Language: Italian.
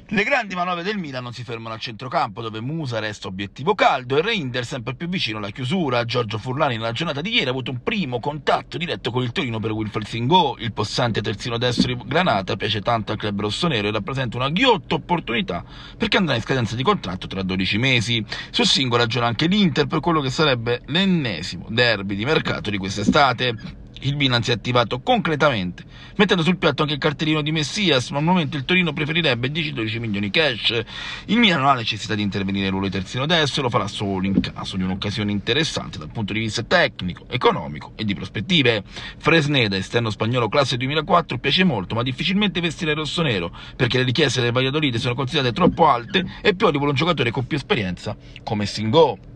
Le grandi manovre del Milan non si fermano al centrocampo, dove Musa resta obiettivo caldo e Reinders sempre più vicino alla chiusura. Giorgio Furlani nella giornata di ieri ha avuto un primo contatto diretto con il Torino per Wilfried Singo. Il possante terzino destro di Granata piace tanto al club rossonero e rappresenta una ghiotta opportunità perché andrà in scadenza di contratto tra 12 mesi. Su Singo ragiona anche l'Inter per quello che sarebbe l'ennesimo derby di mercato di quest'estate. Il Milan si è attivato concretamente, mettendo sul piatto anche il cartellino di Messias, ma al momento il Torino preferirebbe 10-12 milioni cash. Il Milan non ha necessità di intervenire nel ruolo di terzino destro, lo farà solo in caso di un'occasione interessante dal punto di vista tecnico, economico e di prospettive. Fresneda, esterno spagnolo classe 2004, piace molto, ma difficilmente vestirà il rossonero, perché le richieste del Valladolid sono considerate troppo alte e più vuole un giocatore con più esperienza come Singo.